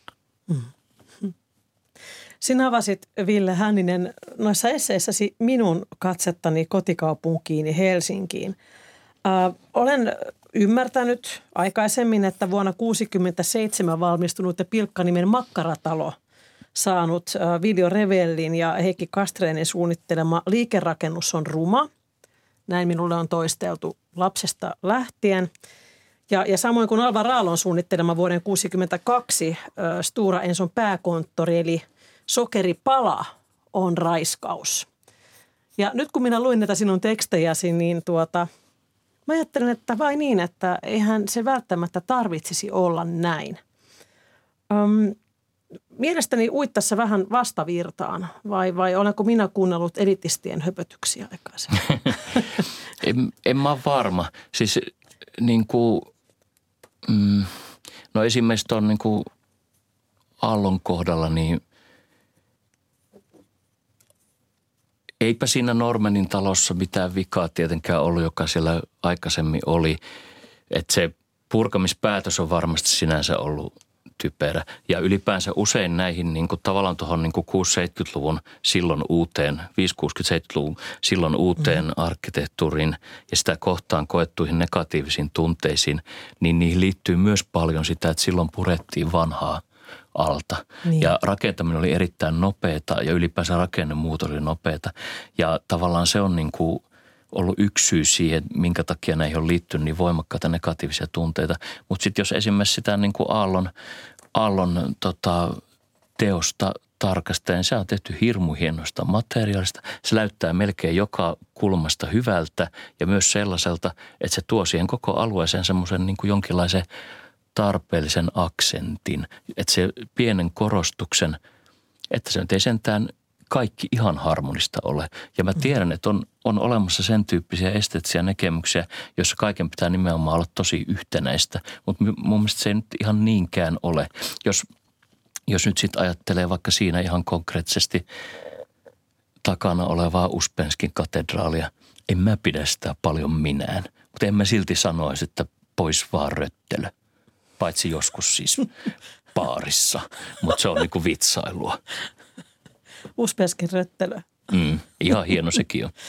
Sinä avasit, Ville Hänninen, noissa esseissäsi minun katsettani kotikaupunkiini Helsinkiin. Olen ymmärtänyt aikaisemmin, että vuonna 1967 valmistunut ja pilkkanimen Makkaratalo saanut Viljo Revellin ja Heikki Kastreenin suunnittelema liikerakennus on ruma. Näin minulle on toisteltu lapsesta lähtien. Ja samoin kuin Alvar Aallon suunnittelema vuoden 1962 Stora Enson pääkonttori eli Sokeripala on raiskaus. Ja nyt kun minä luin näitä sinun tekstejäsi, niin Mä ajattelen, että vai niin, että eihän se välttämättä tarvitsisi olla näin. Mielestäni uit tässä vähän vastavirtaan, vai olenko minä kuunnellut elitistien höpötyksiä aikaisemmin? En mä ole varma. Siis niin kuin, no esimerkiksi tuon niin kuin Aallon kohdalla, niin eipä siinä Normanin talossa mitään vikaa tietenkään ollut, joka siellä aikaisemmin oli. Että se purkamispäätös on varmasti sinänsä ollut typerä. Ja ylipäänsä usein näihin niin kuin tavallaan tuohon niin 60-70-luvun silloin uuteen, 5-60-70-luvun silloin uuteen arkkitehtuuriin ja sitä kohtaan koettuihin negatiivisiin tunteisiin, niin niihin liittyy myös paljon sitä, että silloin purettiin vanhaa alta. Niin. Ja rakentaminen oli erittäin nopeata ja ylipäänsä rakennemuutos oli nopeata. Ja tavallaan se on niin kuin ollut yksi syy siihen, minkä takia näihin on liittynyt niin voimakkaita negatiivisia tunteita. Mutta sitten jos esimerkiksi sitä niin kuin Aallon teosta tarkastaen, se on tehty hirmu hienosta materiaalista. Se näyttää melkein joka kulmasta hyvältä ja myös sellaiselta, että se tuo siihen koko alueeseen semmoisen niin kuin jonkinlaisen tarpeellisen aksentin. Että se pienen korostuksen, että se nyt ei sentään kaikki ihan harmonista ole. Ja mä tiedän, että on olemassa sen tyyppisiä esteettisiä näkemyksiä, joissa kaiken pitää nimenomaan olla tosi yhtenäistä. Mutta mun mielestä se ei nyt ihan niinkään ole. Jos nyt sitten ajattelee vaikka siinä ihan konkreettisesti takana olevaa Uspenskin katedraalia, en mä pidä sitä paljon minään. Mutta en mä silti sanoisi, että pois vaan röttelö. Paitsi joskus siis baarissa, mutta se on niinku vitsailua. Uspenskin röttelö. Ihan hieno sekin on.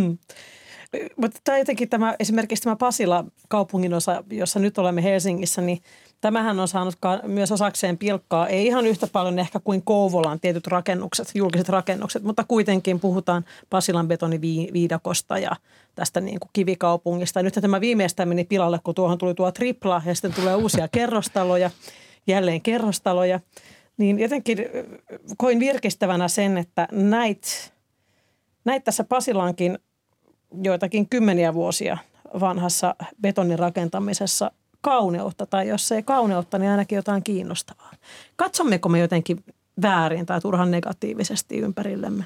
Mutta esimerkiksi tämä Pasila kaupunginosa, jossa nyt olemme Helsingissä, niin tämähän on saanut myös osakseen pilkkaa. Ei ihan yhtä paljon ehkä kuin Kouvolan tietyt rakennukset, julkiset rakennukset, mutta kuitenkin puhutaan Pasilan betoniviidakosta ja tästä niin kuin kivikaupungista. Ja nyt tämä viimeistään meni pilalle, kun tuohon tuli tuo tripla ja sitten tulee uusia kerrostaloja, jälleen kerrostaloja. Niin jotenkin koin virkistävänä sen, että näit tässä Pasilankin joitakin kymmeniä vuosia vanhassa betonin rakentamisessa kauneutta, tai jos ei kauneutta, niin ainakin jotain kiinnostavaa. Katsommeko me jotenkin väärin tai turhan negatiivisesti ympärillemme?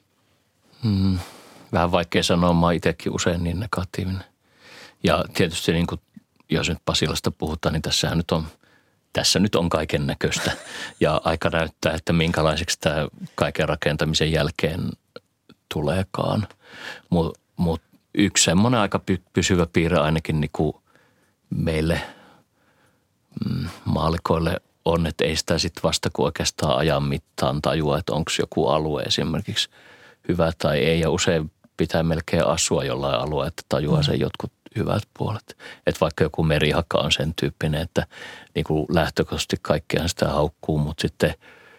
Vähän vaikea sanoa, mä oon itsekin usein niin negatiivinen. Ja tietysti niin kuin, jos nyt Pasilasta puhutaan, niin tässä nyt on kaiken näköistä. Ja aika näyttää, että minkälaiseksi tämä kaiken rakentamisen jälkeen tuleekaan. Mutta yksi semmoinen aika pysyvä piirre ainakin niin kuin meille maalikoille on, että ei sitä sitten vasta kuin oikeastaan ajan mittaan tajua, että onko joku alue esimerkiksi hyvä tai ei. Ja usein pitää melkein asua jollain alueella, että tajuaa sen jotkut hyvät puolet. Että vaikka joku Merihaka on sen tyyppinen, että niin kuin lähtökohtaisesti kaikkiaan sitä haukkuu, mutta sitten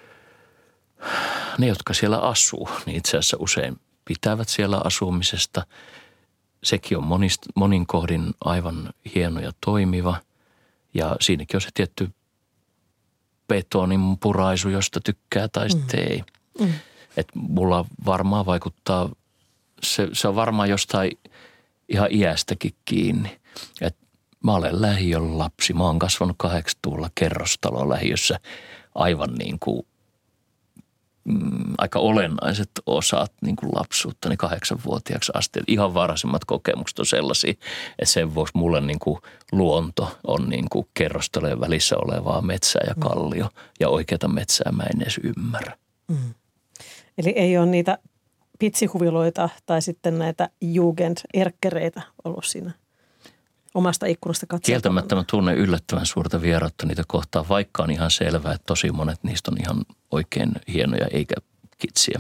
ne, jotka siellä asuu, niin itse asiassa usein pitävät siellä asumisesta. Sekin on monin kohdin aivan hieno ja toimiva. Ja siinäkin on se tietty betonin puraisu, josta tykkää tai sitten ei. Että mulla varmaan vaikuttaa, se on varmaan jostain ihan iästäkin kiinni. Että mä olen lähiön lapsi. Mä oon kasvanut 80-luvulla kerrostalo lähiössä aivan niin kuin aika olennaiset osat niin kuin lapsuuttani 8-vuotiaaksi asti. Ihan varhaisimmat kokemukset on sellaisia, että sen vuoksi mulle niin kuin luonto on niin kuin kerrostalojen välissä olevaa metsää ja kallio. Ja oikeata metsää mä en edes ymmärrä. Eli ei ole niitä pitsihuviloita tai sitten näitä jugenderkkereitä ollut siinä omasta ikkunasta katsotaan. Kieltämättä mä tunnen yllättävän suurta vierautta niitä kohtaan, vaikka on ihan selvää, että tosi monet niistä on ihan oikein hienoja eikä kitsiä.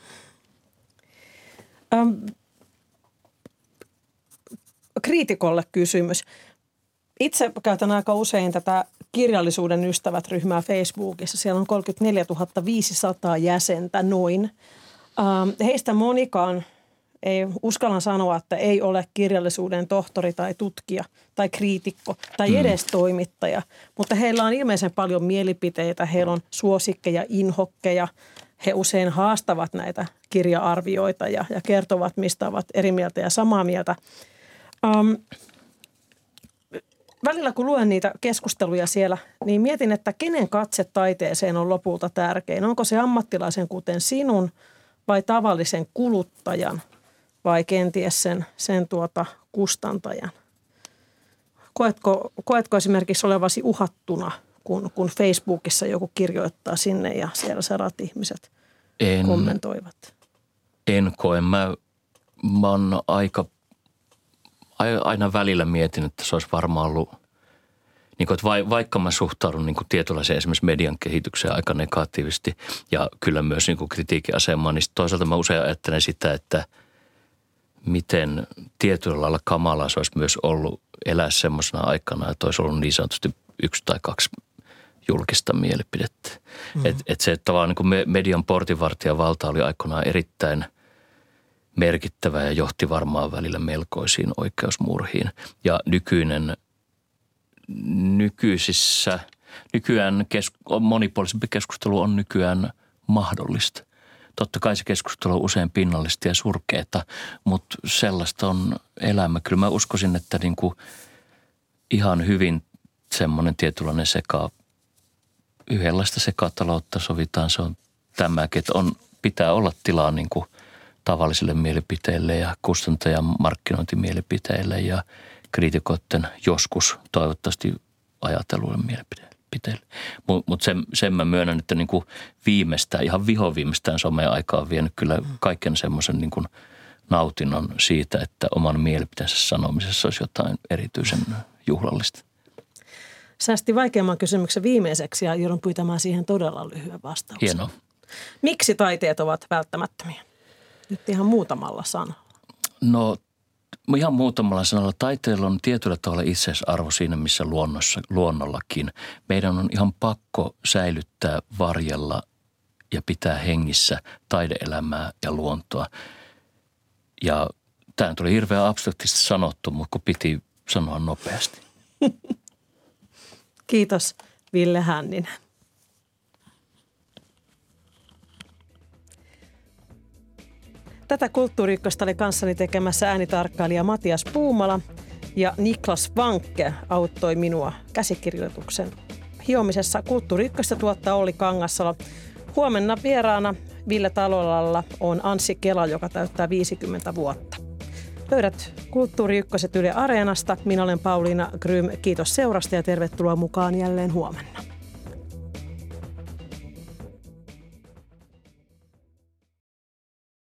Kriitikolle kysymys. Itse käytän aika usein tätä kirjallisuuden ystävät-ryhmää Facebookissa. Siellä on 34 500 jäsentä noin. Heistä monikaan, ei uskallan sanoa, että ei ole kirjallisuuden tohtori tai tutkija tai kriitikko tai edes toimittaja, mutta heillä on ilmeisen paljon mielipiteitä, heillä on suosikkeja, inhokkeja. He usein haastavat näitä kirja-arvioita ja kertovat, mistä ovat eri mieltä ja samaa mieltä. välillä kun luen niitä keskusteluja siellä, niin mietin, että kenen katse taiteeseen on lopulta tärkein. Onko se ammattilaisen kuten sinun vai tavallisen kuluttajan vai kenties sen kustantajan? Koetko esimerkiksi olevasi uhattuna, kun Facebookissa joku kirjoittaa sinne ja siellä 100 ihmiset kommentoivat? En koe. Mä oon aina välillä mietin, että se olisi varmaan ollut, niin kuin, että vaikka mä suhtaudun niin kuin tietynlaiseen esimerkiksi median kehitykseen aika negatiivisesti ja kyllä myös niin kuin kritiikin asemaan, niin toisaalta mä usein ajattelen sitä, että miten tietyllä lailla kamalaa se olisi myös ollut elää semmoisena aikana, että olisi ollut niin sanotusti 1 tai 2 julkista mielipidettä. Että se tavallaan niin kuin median portinvartijavalta oli aikoinaan erittäin merkittävä ja johti varmaan välillä melkoisiin oikeusmurhiin. Ja nykyään monipuolisempi keskustelu on nykyään mahdollista. Totta kai se keskustelu on usein pinnallista ja surkeata, mutta sellaista on elämä. Kyllä mä uskoisin, että niin kuin ihan hyvin semmoinen tietynlainen yhdenlaista sekataloutta sovitaan. Se on tämäkin, että pitää olla tilaa niin kuin tavallisille mielipiteille ja kustantajan markkinointimielipiteille ja kriitikoiden joskus toivottavasti ajatelluille mielipiteille. Mutta sen mä myönnän, että niin kuin ihan vihoviimeistään someen aikaa on vienyt kyllä kaiken semmoisen niin kuin nautinnon siitä, että oman mielipiteensä sanomisessa olisi jotain erityisen juhlallista. Säästi vaikeamman kysymyksen viimeiseksi ja joudun pyytämään siihen todella lyhyen vastauksen. Hienoa. Miksi taiteet ovat välttämättömiä? Nyt ihan muutamalla sanalla. No ihan muutamalla sanalla. Taiteella on tietyllä tavalla itseisarvo siinä, missä luonnollakin. Meidän on ihan pakko säilyttää, varjella ja pitää hengissä taideelämää ja luontoa. Ja tämä tuli hirveän abstraktisesti sanottu, mutta kun piti sanoa nopeasti. Kiitos Ville Hänninen. Tätä Kulttuuri Ykköstä oli kanssani tekemässä äänitarkkailija Matias Puumala ja Niklas Vankke auttoi minua käsikirjoituksen hiomisessa. Kulttuuri Ykköstä tuottaa Olli Kangassalo. Huomenna vieraana Ville Talolalla on Anssi Kela, joka täyttää 50 vuotta. Löydät Kulttuuri Ykköset Yle Areenasta. Minä olen Pauliina Grym. Kiitos seurasta ja tervetuloa mukaan jälleen huomenna.